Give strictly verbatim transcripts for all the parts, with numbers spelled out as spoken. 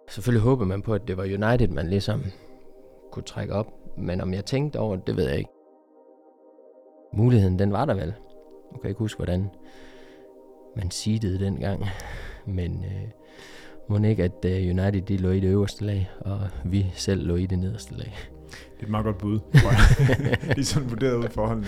Selvfølgelig håber man på, at det var United, man ligesom kunne trække op. Men om jeg tænkte over det, det ved jeg ikke. Muligheden, den var der vel. Jeg kan ikke huske, hvordan man seedede dengang. Men øh, må ikke, at uh, United de lå i det øverste lag, og vi selv lå i det nederste lag. Det er et meget godt bud, tror jeg. Det er sådan vurderet ud i forholdene.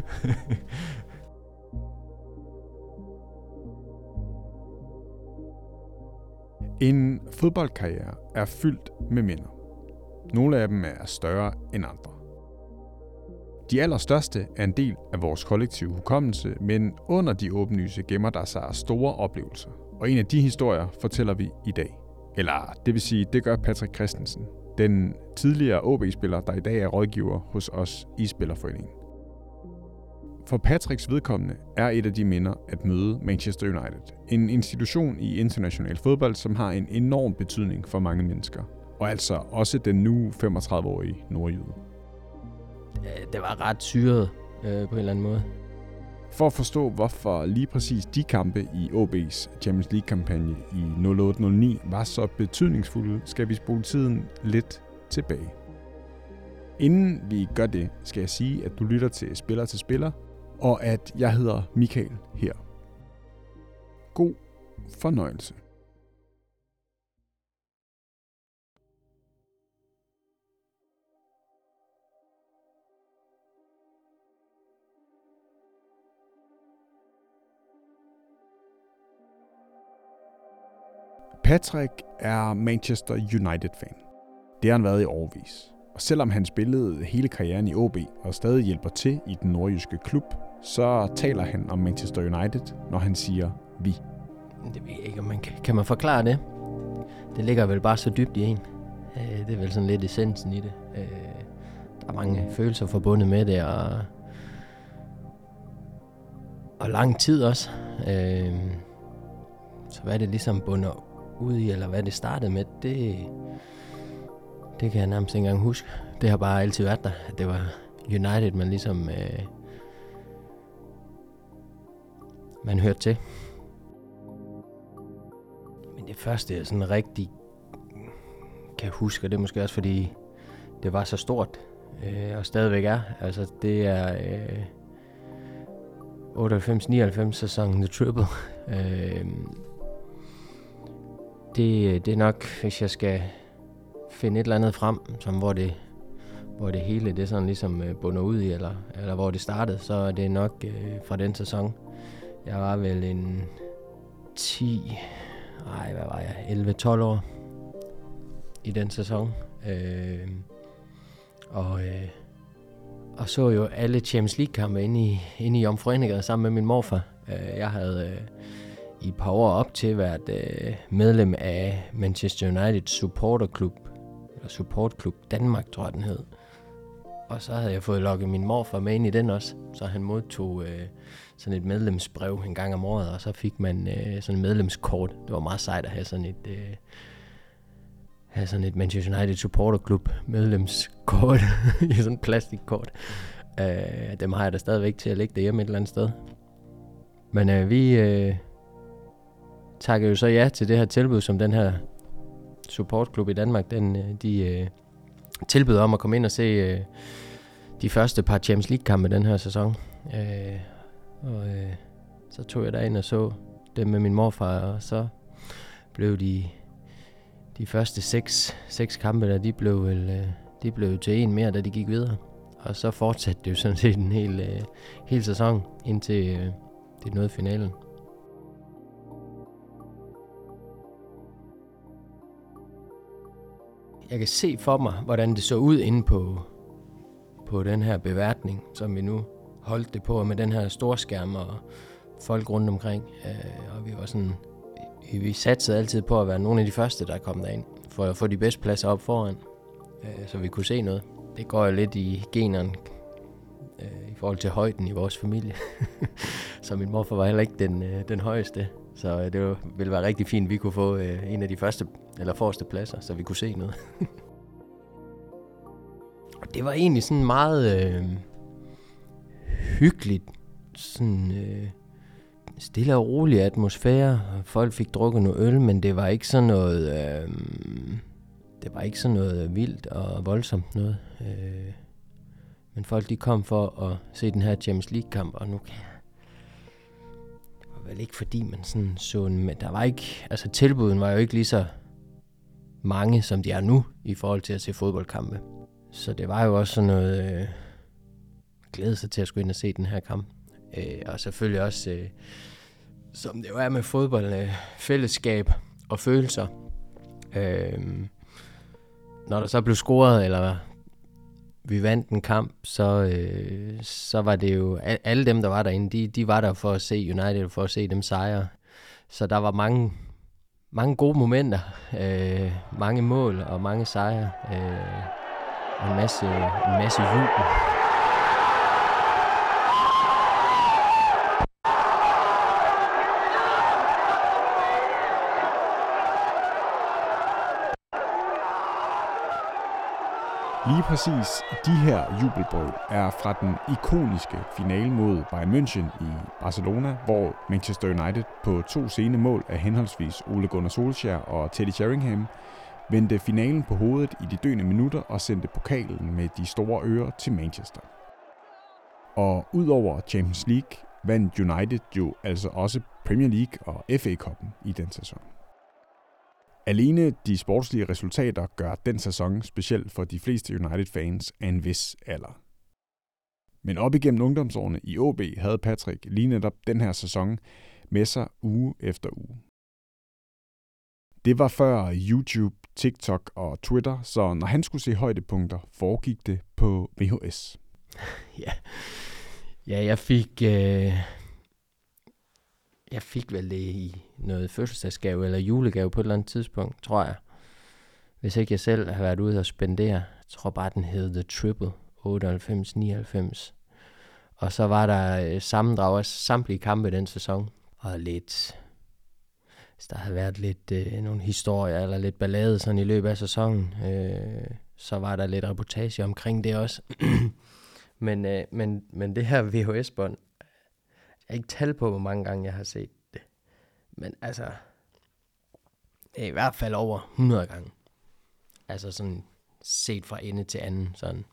En fodboldkarriere er fyldt med minder. Nogle af dem er større end andre. De allerstørste er en del af vores kollektive hukommelse, men under de åbenlyse gemmer der sig store oplevelser. Og en af de historier fortæller vi i dag. Eller det vil sige, det gør Patrick Christensen, den tidligere O B-spiller, der i dag er rådgiver hos os i Spillerforeningen. For Patricks vedkommende er et af de minder at møde Manchester United. En institution i international fodbold, som har en enorm betydning for mange mennesker. Og altså også den nu femogtredive-årige nordjyde. Det var ret syret øh, på en eller anden måde. For at forstå, hvorfor lige præcis de kampe i O B's Champions League-kampagne i nul otte nul ni var så betydningsfulde, skal vi spole tiden lidt tilbage. Inden vi gør det, skal jeg sige, at du lytter til Spiller til Spiller, og at jeg hedder Michael her. God fornøjelse. Patrick er Manchester United-fan. Det har han været i årevis. Og selvom han spillede hele karrieren i O B og stadig hjælper til i den nordjyske klub, så taler han om Manchester United, når han siger vi. Det ved jeg ikke, om man kan. Kan man forklare det? Det ligger vel bare så dybt i en. Det er vel sådan lidt essensen i det. Der er mange følelser forbundet med det, og, og lang tid også. Så hvad det ligesom bunder ud i, eller hvad det startede med, det, det kan jeg nærmest ikke engang huske. Det har bare altid været der. Det var United, man ligesom øh, man hørte til. Men det første, jeg sådan rigtig kan huske, og det er måske også fordi, det var så stort, øh, og stadigvæk er. Altså, det er øh, otteoghalvfems nioghalvfems sæsonen The Triple. øh, Det, det er nok, hvis jeg skal finde et eller andet frem, som hvor det, hvor det hele det sådan ligesom bunder ud i, eller, eller hvor det startede, så er det nok øh, fra den sæson. Jeg var vel en ti, nej, hvad var jeg, elleve tolv år i den sæson. Øh, og, øh, og så jo alle Champions League-kampe inde i, inde i Jomfru Ane sammen med min morfar. Øh, jeg havde øh, i et par år op til været øh, medlem af Manchester United supporterklub, eller supportklub Danmark, tror jeg den hed. Og så havde jeg fået logget min morfar med ind i den også, så han modtog øh, sådan et medlemsbrev en gang om året, og så fik man øh, sådan et medlemskort. Det var meget sejt at have sådan et, øh, have sådan et Manchester United supporterklub medlemskort i sådan et plastikkort. Øh, dem har jeg da stadigvæk til at lægge derhjemme et eller andet sted. Men øh, vi øh, takkede jo så ja til det her tilbud, som den her supportklub i Danmark, den, øh, de øh, tilbød om at komme ind og se øh, de første par Champions League-kampe den her sæson. Øh, og øh, så tog jeg derind og så dem med min morfar, og så blev de de første seks, seks kampe, der de blev vel, øh, de blev til en mere, da de gik videre. Og så fortsatte det jo sådan set en hel, øh, hel sæson, indtil øh, det nåede finalen. Jeg kan se for mig, hvordan det så ud inde på, på den her beværtning, som vi nu holdt det på, med den her storskærm og folk rundt omkring. Øh, og vi var sådan, vi, vi satsede altid på at være nogle af de første, der kom derind, for at få de bedste pladser op foran, øh, så vi kunne se noget. Det går jo lidt i generne øh, i forhold til højden i vores familie. Så min morfar var heller ikke den, øh, den højeste. Så øh, det ville være rigtig fint, at vi kunne få øh, en af de første eller forreste pladser, så vi kunne se noget. Og det var egentlig sådan meget øh, hyggeligt, sådan øh, stille og rolig atmosfære. Folk fik drukket noget øl, men det var ikke sådan noget, øh, det var ikke sådan noget vildt og voldsomt noget. Øh, men folk de kom for at se den her Champions League-kamp, og nu kan jeg... Det var vel ikke fordi man sådan så en... Men der var ikke... Altså tilbuden var jo ikke lige så mange, som de er nu, i forhold til at se fodboldkampe. Så det var jo også sådan noget... Øh, glæde sig til at skulle ind og se den her kamp. Øh, og selvfølgelig også, øh, som det jo er med fodbold, øh, fællesskab og følelser. Øh, når der så blev scoret, eller vi vandt en kamp, så, øh, så var det jo, alle dem, der var derinde, de, de var der for at se United, for at se dem sejre. Så der var mange, mange gode momenter, øh, mange mål og mange sejre, øh, og en masse, en masse jubel. Lige præcis de her jubelbrøl er fra den ikoniske finale mod Bayern München i Barcelona, hvor Manchester United på to sene mål af henholdsvis Ole Gunnar Solskjaer og Teddy Sheringham vendte finalen på hovedet i de døende minutter og sendte pokalen med de store ører til Manchester. Og udover Champions League vandt United jo altså også Premier League og F A-cuppen i den sæson. Alene de sportslige resultater gør den sæson speciel for de fleste United-fans af en vis alder. Men op igennem ungdomsårene i O B havde Patrick lige netop den her sæson med sig uge efter uge. Det var før YouTube, TikTok og Twitter, så når han skulle se højdepunkter, foregik det på V H S. ja. ja, jeg fik... Øh Jeg fik vel det i noget fødselsdagsgave eller julegave på et eller andet tidspunkt, tror jeg. Hvis ikke jeg selv har været ude og spendere. Jeg tror bare, den hed The Triple, otteoghalvfems nioghalvfems. Og så var der sammendrag af samtlige kampe den sæson. Og lidt... Hvis der havde været lidt øh, nogle historier eller lidt ballade sådan i løbet af sæsonen, øh, så var der lidt reportage omkring det også. men, øh, men, men det her V H S-bånd, jeg har ikke tal på, hvor mange gange jeg har set det. Men altså, det er i hvert fald over hundrede gange. Altså sådan set fra ende til anden. Sådan.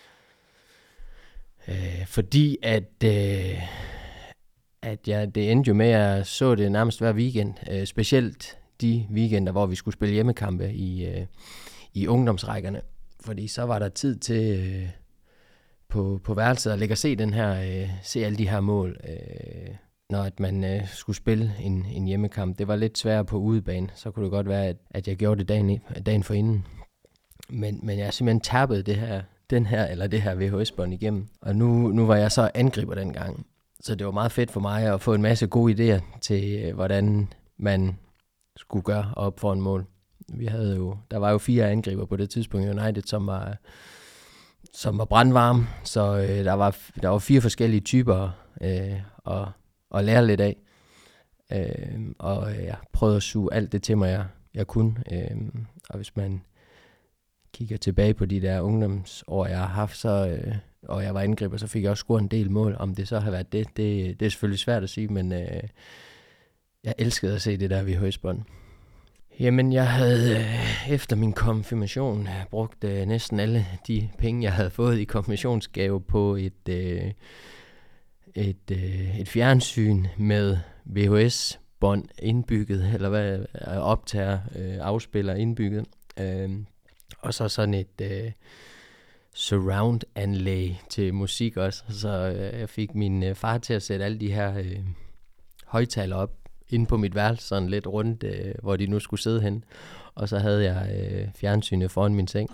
Øh, fordi at, øh, at ja, det endte jo med, at jeg så det nærmest hver weekend. Øh, specielt de weekender, hvor vi skulle spille hjemmekampe i, øh, i ungdomsrækkerne. Fordi så var der tid til... Øh, på, på værelset og ligge og se den her, øh, se alle de her mål, øh, når at man øh, skulle spille en, en hjemmekamp. Det var lidt sværere på udebane, så kunne det godt være, at, at jeg gjorde det dagen, dagen for inden. Men, men jeg har simpelthen tappet det her, den her, eller det her V H S-bånd igennem. Og nu, nu var jeg så angriber dengang. Så det var meget fedt for mig at få en masse gode idéer til, øh, hvordan man skulle gøre op for en mål. Vi havde jo, der var jo fire angriber på det tidspunkt i United, som var... som var brandvarme, så øh, der, var, der var fire forskellige typer øh, at, at lære lidt af. Øh, og jeg prøvede at suge alt det til mig, jeg, jeg kunne. Øh, og hvis man kigger tilbage på de der ungdomsår, jeg har haft, så, øh, og jeg var angriber, så fik jeg også scoret en del mål. Om det så har været det, det, det er selvfølgelig svært at sige, men øh, jeg elskede at se det der V H S-bånd. Jamen, jeg havde øh, efter min konfirmation brugt øh, næsten alle de penge, jeg havde fået i konfirmationsgave på et, øh, et, øh, et fjernsyn med V H S-bånd indbygget, eller hvad, optager, øh, afspiller indbygget. Øh, og så sådan et øh, surround-anlæg til musik også. Så øh, jeg fik min øh, far til at sætte alle de her øh, højttaler op inde på mit værelse, sådan lidt rundt, øh, hvor de nu skulle sidde hen. Og så havde jeg øh, fjernsynet foran min seng.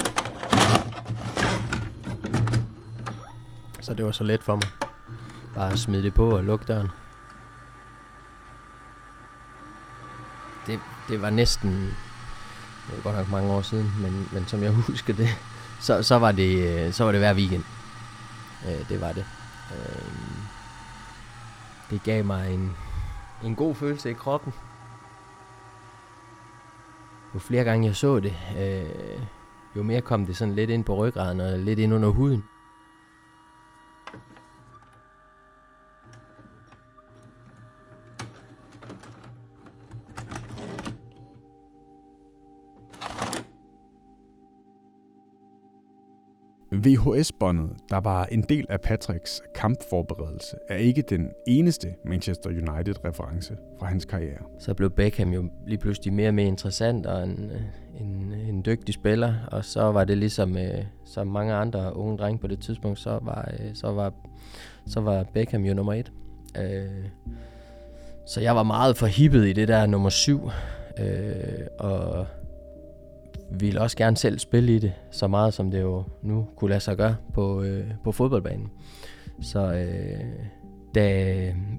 Så det var så let for mig. Bare at smide det på og lukke døren. Det, det var næsten, det var godt nok mange år siden, men, men som jeg husker det, så, så, var det, så var det hver weekend. Øh, det var det. Øh, det gav mig en En god følelse i kroppen. Jo flere gange jeg så det, øh, jo mere kom det sådan lidt ind på ryggraden og lidt ind under huden. V H S-båndet, der var en del af Patricks kampforberedelse, er ikke den eneste Manchester United-reference fra hans karriere. Så blev Beckham jo lige pludselig mere og mere interessant og en, en, en dygtig spiller, og så var det ligesom øh, som mange andre unge drenge på det tidspunkt, så var, øh, så var, så var Beckham jo nummer et. Øh, så jeg var meget forhippet i det der nummer syv, øh, og ville også gerne selv spille i det, så meget som det jo nu kunne lade sig gøre på, øh, på fodboldbanen. Så øh, da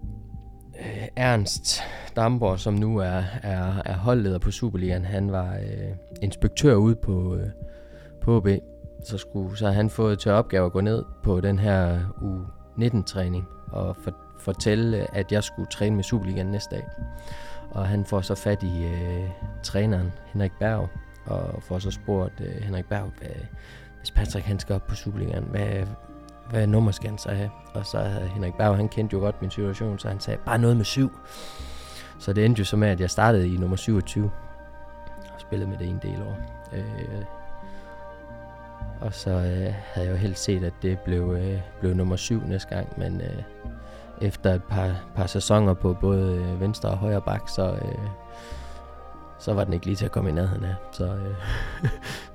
øh, Ernst Damborg, som nu er, er, er holdleder på Superligaen, han var øh, inspektør ude på, øh, på O B, så, skulle, så havde han fået til opgave at gå ned på den her U nitten-træning og for, fortælle, at jeg skulle træne med Superligaen næste dag. Og han får så fat i øh, træneren, Henrik Berg, og får så spurgt øh, Henrik Berg, hvad, hvis Patrick han skal op på Superligaen, hvad, hvad nummer skal han så have? Og så havde Henrik Berg, han kendte jo godt min situation, så han sagde, bare noget med syv. Så det endte jo så med, at jeg startede i nummer syvogtyve, og spillede med det en del år. Øh, og så øh, havde jeg jo helst set, at det blev, øh, blev nummer syv næste gang, men øh, efter et par, par sæsoner på både venstre og højre bak, så... Øh, så var den ikke lige til at komme i nærheden af. Så, øh,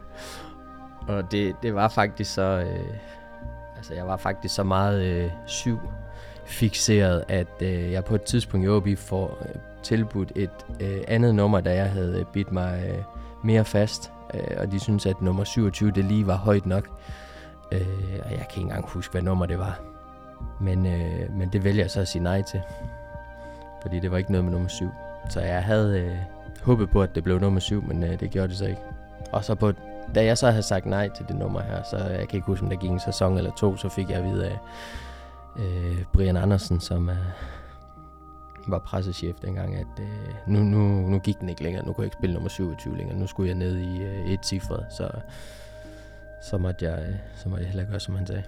og det, det var faktisk så... Øh, altså, jeg var faktisk så meget øh, syv fixeret, at øh, jeg på et tidspunkt i O B får øh, tilbudt et øh, andet nummer, da jeg havde bidt mig øh, mere fast. Øh, og de syntes, at nummer syvogtyve, det lige var højt nok. Øh, og jeg kan ikke engang huske, hvad nummer det var. Men, øh, men det vælger jeg så at sige nej til. Fordi det var ikke noget med nummer syv. Så jeg havde... Øh, håbede på, at det blev nummer syv, men øh, det gjorde det så ikke. Og så på, da jeg så havde sagt nej til det nummer her, så jeg kan ikke huske, om der gik en sæson eller to, så fik jeg at vide af øh, Brian Andersen, som øh, var pressechef dengang, at øh, nu, nu, nu gik den ikke længere. Nu kunne jeg ikke spille nummer syvogtyve længere. Nu skulle jeg ned i øh, et cifret, så, så, måtte jeg, øh, så måtte jeg heller gøre, som han sagde.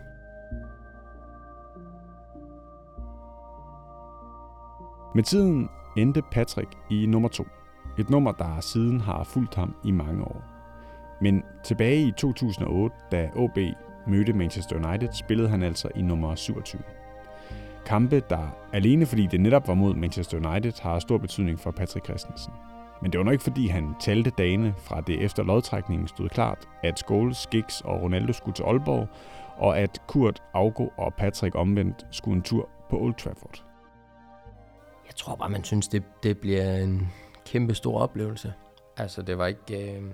Med tiden endte Patrick i nummer to. Et nummer, der siden har fulgt ham i mange år. Men tilbage i to tusind og otte, da O B mødte Manchester United, spillede han altså i nummer syvogtyve. Kampe, der alene fordi det netop var mod Manchester United, har stor betydning for Patrick Christensen. Men det var nok ikke fordi han talte dagene fra det efter lodtrækningen stod klart, at Scholes, Giggs og Ronaldo skulle til Aalborg, og at Kurt, Augo og Patrick omvendt skulle en tur på Old Trafford. Jeg tror bare, man synes, det, det bliver en kæmpe stor oplevelse. Altså, det var ikke... Øh...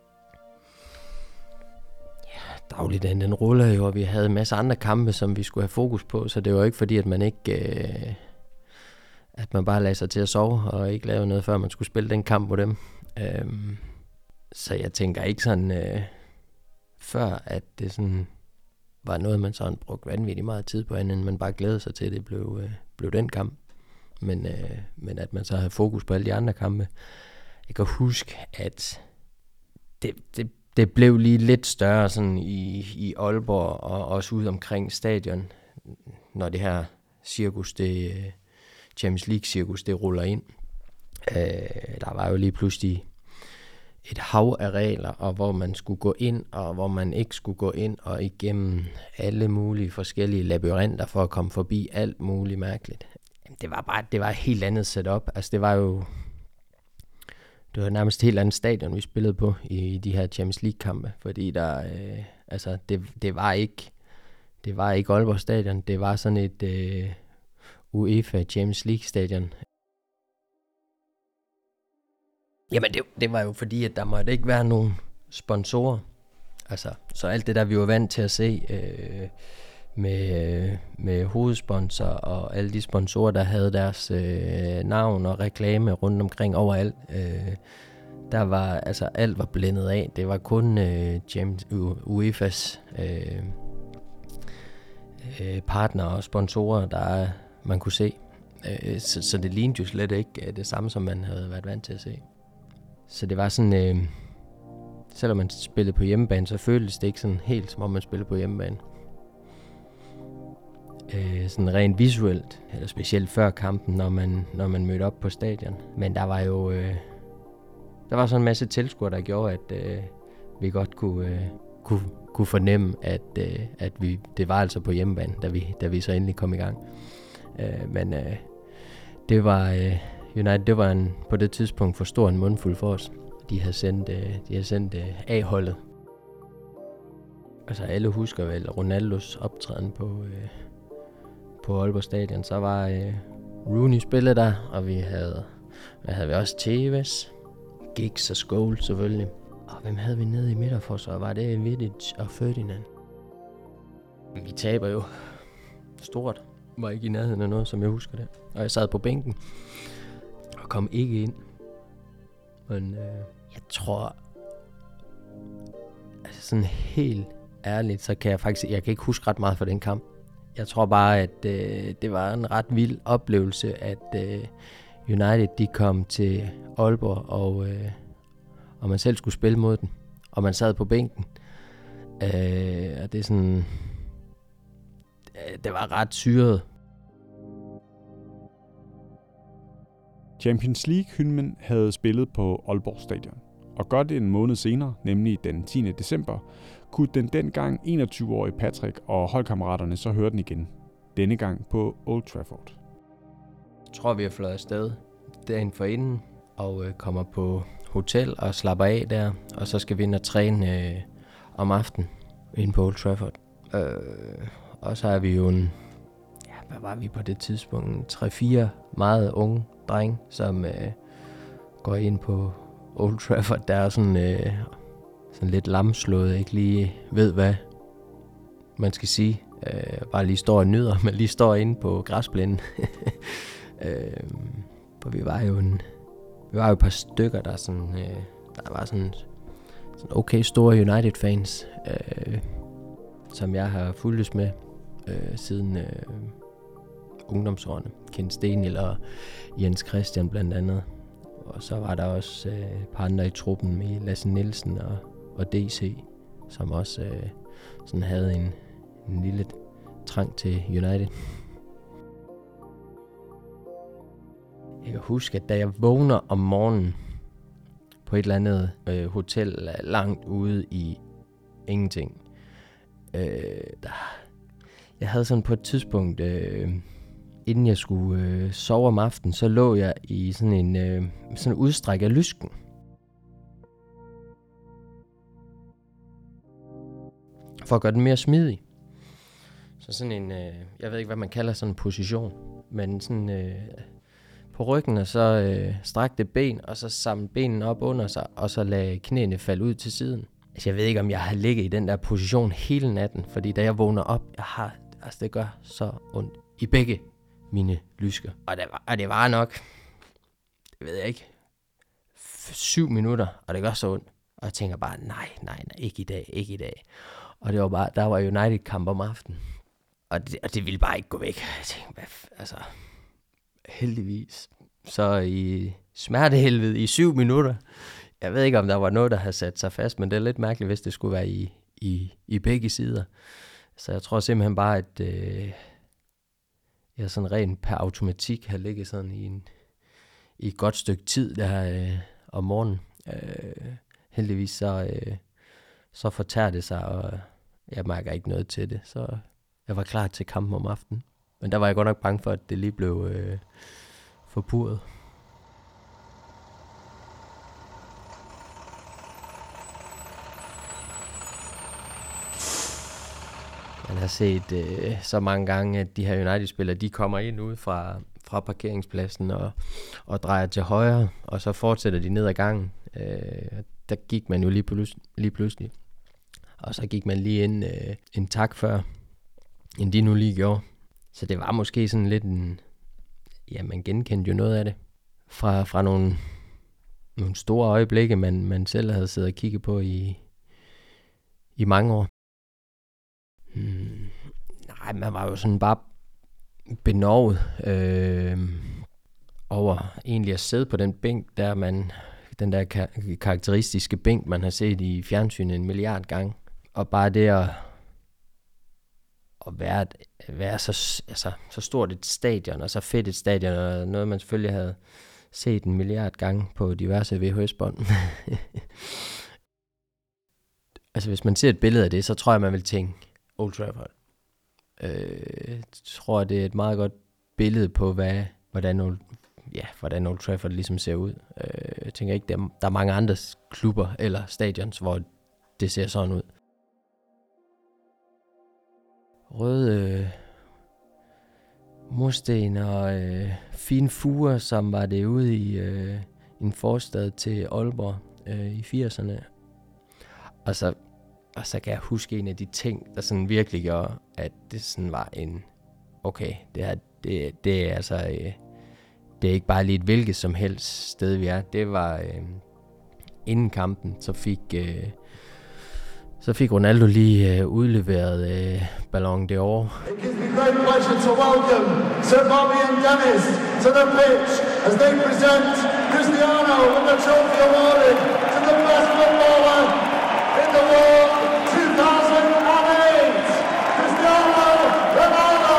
Ja, dagligdagen, den ruller jo, og vi havde en masse andre kampe, som vi skulle have fokus på, så det var ikke fordi, at man ikke... Øh... At man bare lagde sig til at sove, og ikke lavede noget, før man skulle spille den kamp på dem. Øh... Så jeg tænker ikke sådan... Øh... Før, at det sådan... var noget, man sådan brugte vanvittigt meget tid på, end man bare glædede sig til, at det blev, øh... blev den kamp. Men, øh, men at man så havde fokus på alle de andre kampe. Jeg kan huske, at det, det, det blev lige lidt større sådan i, i Aalborg og også ude omkring stadion, når det her cirkus, det Champions League-cirkus, det ruller ind. Øh, der var jo lige pludselig et hav af regler, og hvor man skulle gå ind, og hvor man ikke skulle gå ind, og igennem alle mulige forskellige labyrinter for at komme forbi alt muligt mærkeligt. Det var bare, det var et helt andet setup. Altså det var jo, det var nærmest et helt andet stadion, vi spillede på i de her Champions League-kampe, fordi der, øh, altså det, det var ikke, det var ikke Aalborg Stadion, det var sådan et øh, UEFA Champions League-stadion. Jamen det, det var jo fordi, at der måtte ikke være nogen sponsorer. Altså, så alt det der, vi var vant til at se øh, med, med hovedsponsor og alle de sponsorer, der havde deres øh, navn og reklame rundt omkring overalt. Øh, der var, altså alt var blændet af. Det var kun øh, James, U E F A's øh, øh, partnere og sponsorer, der man kunne se. Øh, så, så det lignede jo slet ikke det samme, som man havde været vant til at se. Så det var sådan, øh, selvom man spillede på hjemmebane, så føltes det ikke sådan helt, som om man spillede på hjemmebane. Øh, sådan rent visuelt, eller specielt før kampen, når man, når man mødte op på stadion. Men der var jo, øh, der var sådan en masse tilskuere, der gjorde, at øh, vi godt kunne, øh, kunne kunne fornemme, at, øh, at vi, det var altså på hjemmebane, da vi, da vi så endelig kom i gang. Øh, men øh, det var øh, United, det var en, på det tidspunkt for stor en mundfuld for os. De havde sendt, øh, de havde sendt øh, A-holdet. Altså alle husker vel Ronaldos optræden på, øh, på Aalborg Stadion. Så var øh, Rooney spillet der, og vi havde, hvad havde vi også Tevez, Giggs og Scholes selvfølgelig. Og hvem havde vi nede i midterforsvaret? Var det Vidic og Ferdinand? Vi taber jo stort. Var ikke i nærheden af noget, som jeg husker det. Og jeg sad på bænken og kom ikke ind. Men øh, jeg tror, altså sådan helt ærligt, så kan jeg faktisk, jeg kan ikke huske ret meget fra den kamp. Jeg tror bare, at øh, det var en ret vild oplevelse, at øh, United de kom til Aalborg, og, øh, og man selv skulle spille mod den. Og man sad på bænken. Øh, og det er sådan, øh, det var ret syret. Champions League-hymnen havde spillet på Aalborg Stadion. Og godt en måned senere, nemlig den tiende december, kunne den dengang enogtyve-årige Patrick og holdkammeraterne så høre den igen. Denne gang på Old Trafford. Jeg tror, vi er fløjet afsted dagen forinden og øh, kommer på hotel og slapper af der. Og så skal vi ind og træne øh, om aftenen inde på Old Trafford. Øh, og så er vi jo en, ja, hvad var vi på det tidspunkt? tre-fire meget unge drenge, som øh, går ind på Old Trafford. Der er sådan, øh, sådan lidt lamslået, ikke lige ved, hvad man skal sige. Øh, bare lige står og nyder, men lige står inde på græsplænen. øh, for vi var jo en, vi var jo et par stykker, der sådan, øh, der var sådan, sådan okay store United-fans, øh, som jeg har fulgtes med øh, siden øh, ungdomsårene. Kent Stenil og Jens Christian blandt andet. Og så var der også øh, et par andre i truppen med Lasse Nielsen og, og D C, som også øh, sådan havde en, en lille trang til United. Jeg kan huske, at da jeg vågner om morgenen på et eller andet øh, hotel langt ude i ingenting, øh, der, jeg havde sådan på et tidspunkt, øh, inden jeg skulle øh, sove om aftenen, så lå jeg i sådan en øh, sådan en udstræk af lysken. For at gøre den mere smidig. Så sådan en, øh, jeg ved ikke, hvad man kalder sådan en position, men sådan øh, på ryggen, og så øh, strakte ben, og så samle benene op under sig, og så lade knæene falde ud til siden. Altså, jeg ved ikke, om jeg har ligget i den der position hele natten, fordi da jeg vågner op, jeg har, altså det gør så ondt i begge mine lysker. Og det var, og det var nok, det ved jeg ikke, syv minutter, og det gør så ondt. Og jeg tænker bare, nej, nej, nej, ikke i dag, ikke i dag. Og det var bare, der var United-kamp om aftenen. Og det, og det ville bare ikke gå væk. Jeg tænkte, hvad, altså, heldigvis. Så i smertehelvede i syv minutter. Jeg ved ikke, om der var noget, der havde sat sig fast, men det er lidt mærkeligt, hvis det skulle være i, i, i begge sider. Så jeg tror simpelthen bare, at øh, jeg sådan rent per automatik har ligget sådan i, en, i et godt stykke tid der øh, om morgenen. Øh, heldigvis så, øh, så fortærer det sig, og jeg mærker ikke noget til det. Så jeg var klar til kampen om aftenen. Men der var jeg godt nok bange for, at det lige blev øh, forpurret. Man har set øh, så mange gange, at de her United-spillere, de kommer ind ud fra, fra parkeringspladsen og, og drejer til højre, og så fortsætter de ned ad gangen. Øh, der gik man jo lige, plus, lige pludselig. Og så gik man lige ind øh, en tak før, end de nu lige gjorde. Så det var måske sådan lidt en, ja, man genkendte jo noget af det. Fra, fra nogle, nogle store øjeblikke, man, man selv havde siddet og kigget på i, i mange år. Hmm, nej, man var jo sådan bare benovet øh, over egentlig at sidde på den bænk, der man, den der kar- karakteristiske bænk, man har set i fjernsynet en milliard gange. Og bare det at, at være, være så, altså, så stort et stadion, og så fedt et stadion, og noget man selvfølgelig havde set en milliard gange på diverse V H S-bånd. altså hvis man ser et billede af det, så tror jeg, man vil tænke Old Trafford. Øh, jeg tror, det er et meget godt billede på, hvad, hvordan, Old, ja, hvordan Old Trafford ligesom ser ud. Øh, jeg tænker ikke, der, der er mange andre klubber eller stadions, hvor det ser sådan ud. Røde øh, mursten og øh, fine fuger, som var det ude i øh, en forstad til Aalborg øh, i firserne. Og så, og så kan jeg huske en af de ting, der sådan virkelig gjorde, at det sådan var en, okay, det her, det, det er altså, øh, det er ikke bare lige et hvilket som helst sted, vi er. Det var øh, inden kampen, så fik, øh, så fik Ronaldo lige øh, udleveret øh, Ballon d'Or. It gives me great pleasure to welcome Sir Bobby and Dennis to the pitch as they present Cristiano with the trophy awarded to the best footballer in the world two thousand eight, Cristiano Ronaldo.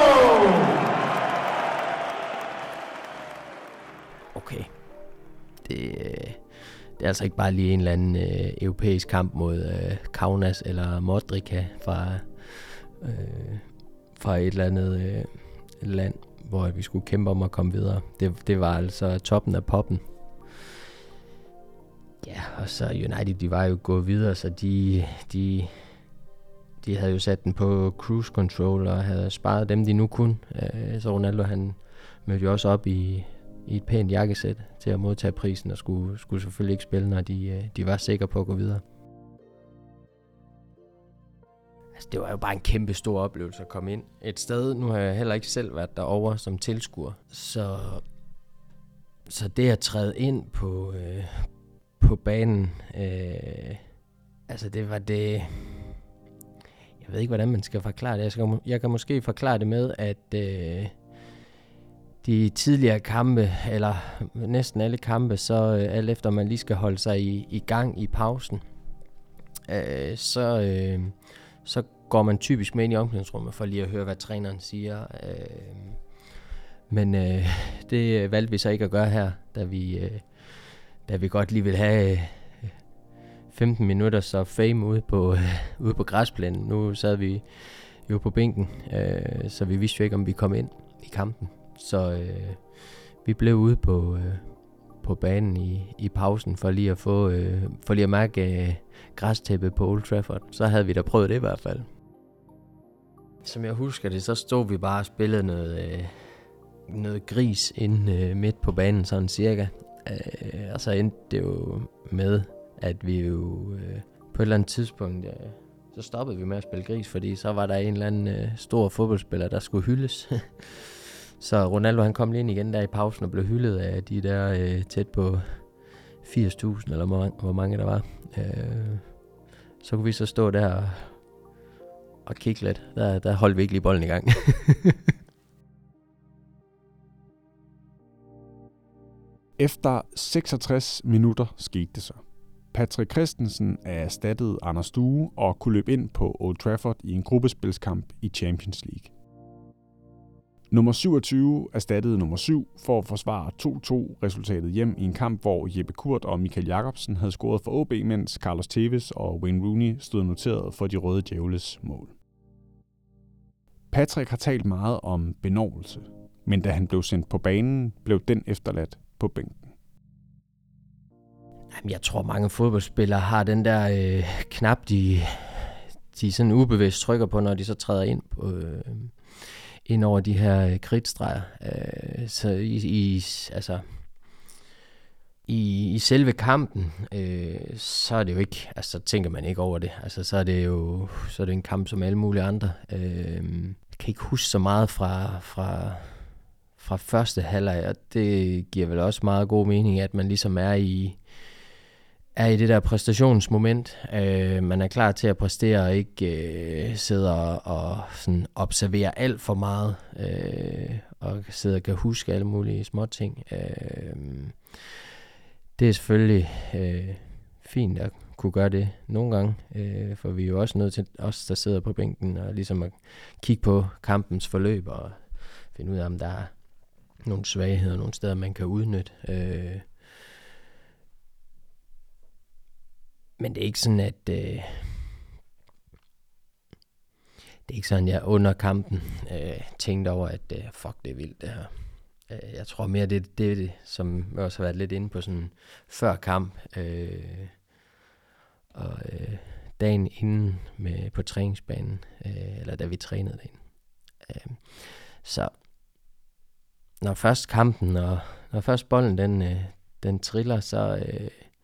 Okay, det, det er altså ikke bare lige en eller anden øh, europæisk kamp mod øh, Kaunas eller Modrica fra, øh, fra et eller andet øh, land, hvor vi skulle kæmpe om at komme videre. Det, det var altså toppen af poppen. Ja, og så United, de var jo gået videre, så de, de, de havde jo sat den på cruise control og havde sparet dem, de nu kunne. Øh, så Ronaldo, han mødte jo også op i, i et pænt jakkesæt til at modtage prisen og skulle, skulle selvfølgelig ikke spille, når de, de var sikre på at gå videre. Altså, det var jo bare en kæmpe stor oplevelse at komme ind et sted. Nu har jeg heller ikke selv været derovre som tilskuer, så, så det at træde ind på... Øh, på banen, øh, altså det var det, jeg ved ikke, hvordan man skal forklare det. Jeg, skal, jeg kan måske forklare det med, at øh, de tidligere kampe, eller næsten alle kampe, så øh, alt efter man lige skal holde sig i, i gang i pausen, øh, så, øh, så går man typisk med ind i omklædningsrummet for lige at høre, hvad træneren siger. Øh, men øh, det valgte vi så ikke at gøre her, da vi... Øh, da vi godt lige vil have femten minutter så fame ude på, ude på græsplænen. Nu sad vi jo på bænken, øh, så vi vidste jo ikke, om vi kom ind i kampen. Så øh, vi blev ude på, øh, på banen i, i pausen for lige at få øh, for lige at mærke øh, græstæppet på Old Trafford. Så havde vi da prøvet det i hvert fald. Som jeg husker det, så stod vi bare og spillede noget, øh, noget gris inde øh, midt på banen, sådan cirka. Øh, og så endte det jo med, at vi jo øh, på et eller andet tidspunkt, ja, så stoppede vi med at spille gris, fordi så var der en eller anden øh, stor fodboldspiller, der skulle hyldes. Så Ronaldo, han kom lige ind igen der i pausen og blev hyldet af de der øh, tæt på firs tusind, eller hvor, hvor mange der var. Øh, så kunne vi så stå der og, og kigge lidt. Der, der holdt vi ikke lige bolden i gang. Efter seksogtres minutter skete det så. Patrick Christensen erstattede Anders Due og kunne løbe ind på Old Trafford i en gruppespilskamp i Champions League. Nummer syvogtyve erstattede nummer syv for at forsvare to to resultatet hjem i en kamp, hvor Jeppe Kurt og Michael Jacobsen havde scoret for O B, mens Carlos Tevez og Wayne Rooney stod noteret for de røde djævles mål. Patrick har talt meget om benovelse, men da han blev sendt på banen, blev den efterladt på bænken. Jamen, jeg tror, mange fodboldspillere har den der øh, knap, de, de sådan ubevidst trykker på, når de så træder ind på, øh, ind over de her kridtstreger. Øh, så i, i, altså, i, i selve kampen, øh, så er det jo ikke, altså tænker man ikke over det. Altså, så er det jo så er det en kamp som alle mulige andre. Øh, jeg kan ikke huske så meget fra... fra fra første halvleg, og det giver vel også meget god mening, at man ligesom er i, er i det der præstationsmoment. Øh, man er klar til at præstere og ikke øh, sidder og, og sådan observerer alt for meget, øh, og sidder og kan huske alle mulige små ting. Øh, det er selvfølgelig øh, fint at kunne gøre det nogle gange, øh, for vi er jo også nødt til, os der sidder på bænken, og ligesom at kigge på kampens forløb og finde ud af, om der er nogle svagheder, nogle steder, man kan udnytte. Øh. Men det er ikke sådan, at øh, det er ikke sådan, jeg under kampen øh, tænkte over, at øh, fuck, det er vildt det her. Øh, jeg tror mere, det er det, det, som jeg også har været lidt inde på sådan før kamp. Øh, og øh, dagen inden med, på træningsbanen, øh, eller da vi trænede derinde. Øh, så når først kampen, og når først bolden den, øh, den triller, så, øh,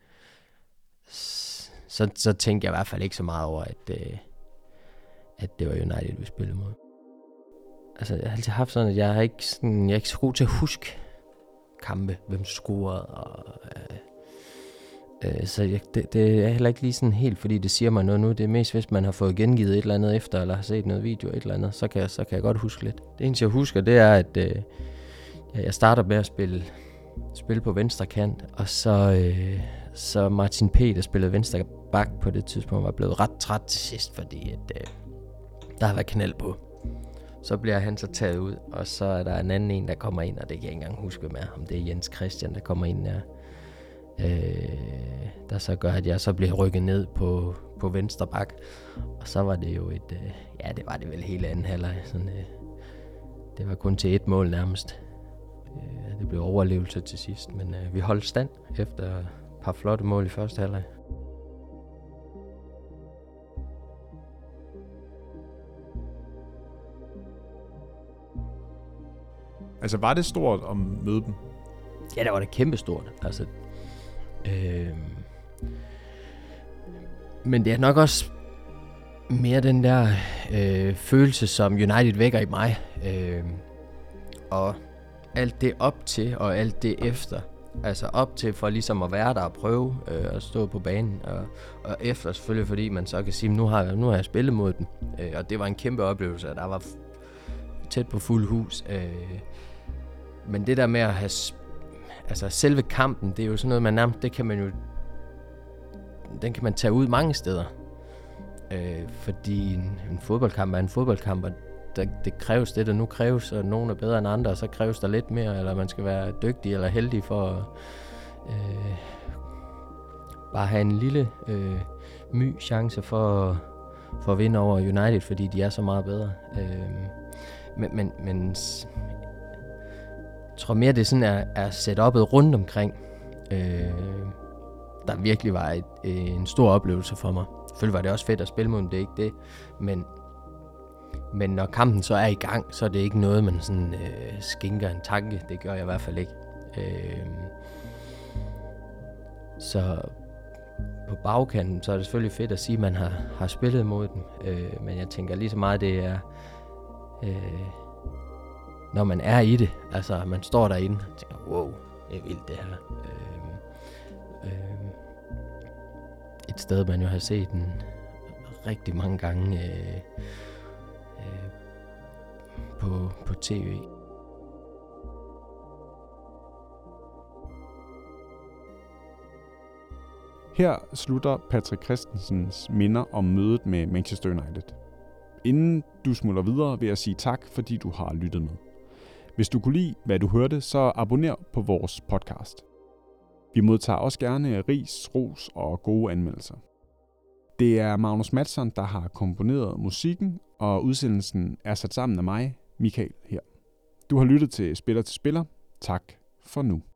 så, så tænkte jeg i hvert fald ikke så meget over, at, øh, at det var United, vi spillede mod. Altså, jeg har altid haft sådan, at jeg er ikke, sådan, jeg er ikke så god til at huske kampe, hvem scorede, og øh, øh, så jeg, det, det er heller ikke lige sådan helt, fordi det siger mig noget nu. Det er mest, hvis man har fået gengivet et eller andet efter, eller har set noget video et eller andet, så kan jeg, så kan jeg godt huske lidt. Det eneste, jeg husker, det er, at øh, jeg starter med at spille, spille på venstre kant, og så, øh, så Martin P., der spillede venstre bak på det tidspunkt, var blevet ret træt til sidst, fordi at, øh, der har været knald på. Så bliver han så taget ud, og så er der en anden en, der kommer ind, og det kan jeg ikke engang huske med, om det er Jens Christian, der kommer ind der. Øh, der så gør, at jeg så bliver rykket ned på, på venstre bak. Og så var det jo et, øh, ja, det var det vel hele anden halvleg. Sådan, øh, det var kun til et mål nærmest. Øh, det blev overlevelse til sidst, men øh, vi holdt stand efter et par flotte mål i første halvleg. Altså, var det stort at møde dem? Ja, der var det kæmpestort. Altså, øh, men det er nok også mere den der øh, følelse, som United vækker i mig. Øh, og alt det op til, og alt det efter. Altså op til for ligesom at være der og prøve øh, at stå på banen. Og, og efter selvfølgelig, fordi man så kan sige, nu har jeg, nu har jeg spillet mod dem. Øh, og det var en kæmpe oplevelse, og der var f- tæt på fuld hus. Øh, Men det der med at have, altså selve kampen, det er jo sådan noget, man nærmest, det kan man jo, den kan man tage ud mange steder. Øh, fordi en, en fodboldkamp er en fodboldkamp, og der, det kræves det, der nu kræves, og nogen er bedre end andre, og så kræves der lidt mere, eller man skal være dygtig eller heldig for at øh, bare have en lille øh, my chance for, for at vinde over United, fordi de er så meget bedre. Øh, men, men, men jeg tror mere, det sådan er, er setup'et rundt omkring, øh, der virkelig var et, en stor oplevelse for mig. Selvfølgelig var det også fedt at spille mod dem, det er ikke det. Men, men når kampen så er i gang, så er det ikke noget, man sådan øh, skinker en tanke. Det gør jeg i hvert fald ikke. Øh, så på bagkanten, så er det selvfølgelig fedt at sige, at man har, har spillet mod dem. Øh, men jeg tænker lige så meget, det er... Øh, når man er i det, altså man står derinde og tænker, wow, det er vildt det her. Øhm, øhm, et sted, man jo har set den rigtig mange gange øh, øh, på, på tv. Her slutter Patrick Christensens minder om mødet med Manchester United. Inden du smutter videre, vil jeg sige tak, fordi du har lyttet med. Hvis du kunne lide, hvad du hørte, så abonner på vores podcast. Vi modtager også gerne ris, ros og gode anmeldelser. Det er Magnus Mattsson, der har komponeret musikken, og udsendelsen er sat sammen af mig, Michael, her. Du har lyttet til Spiller til Spiller. Tak for nu.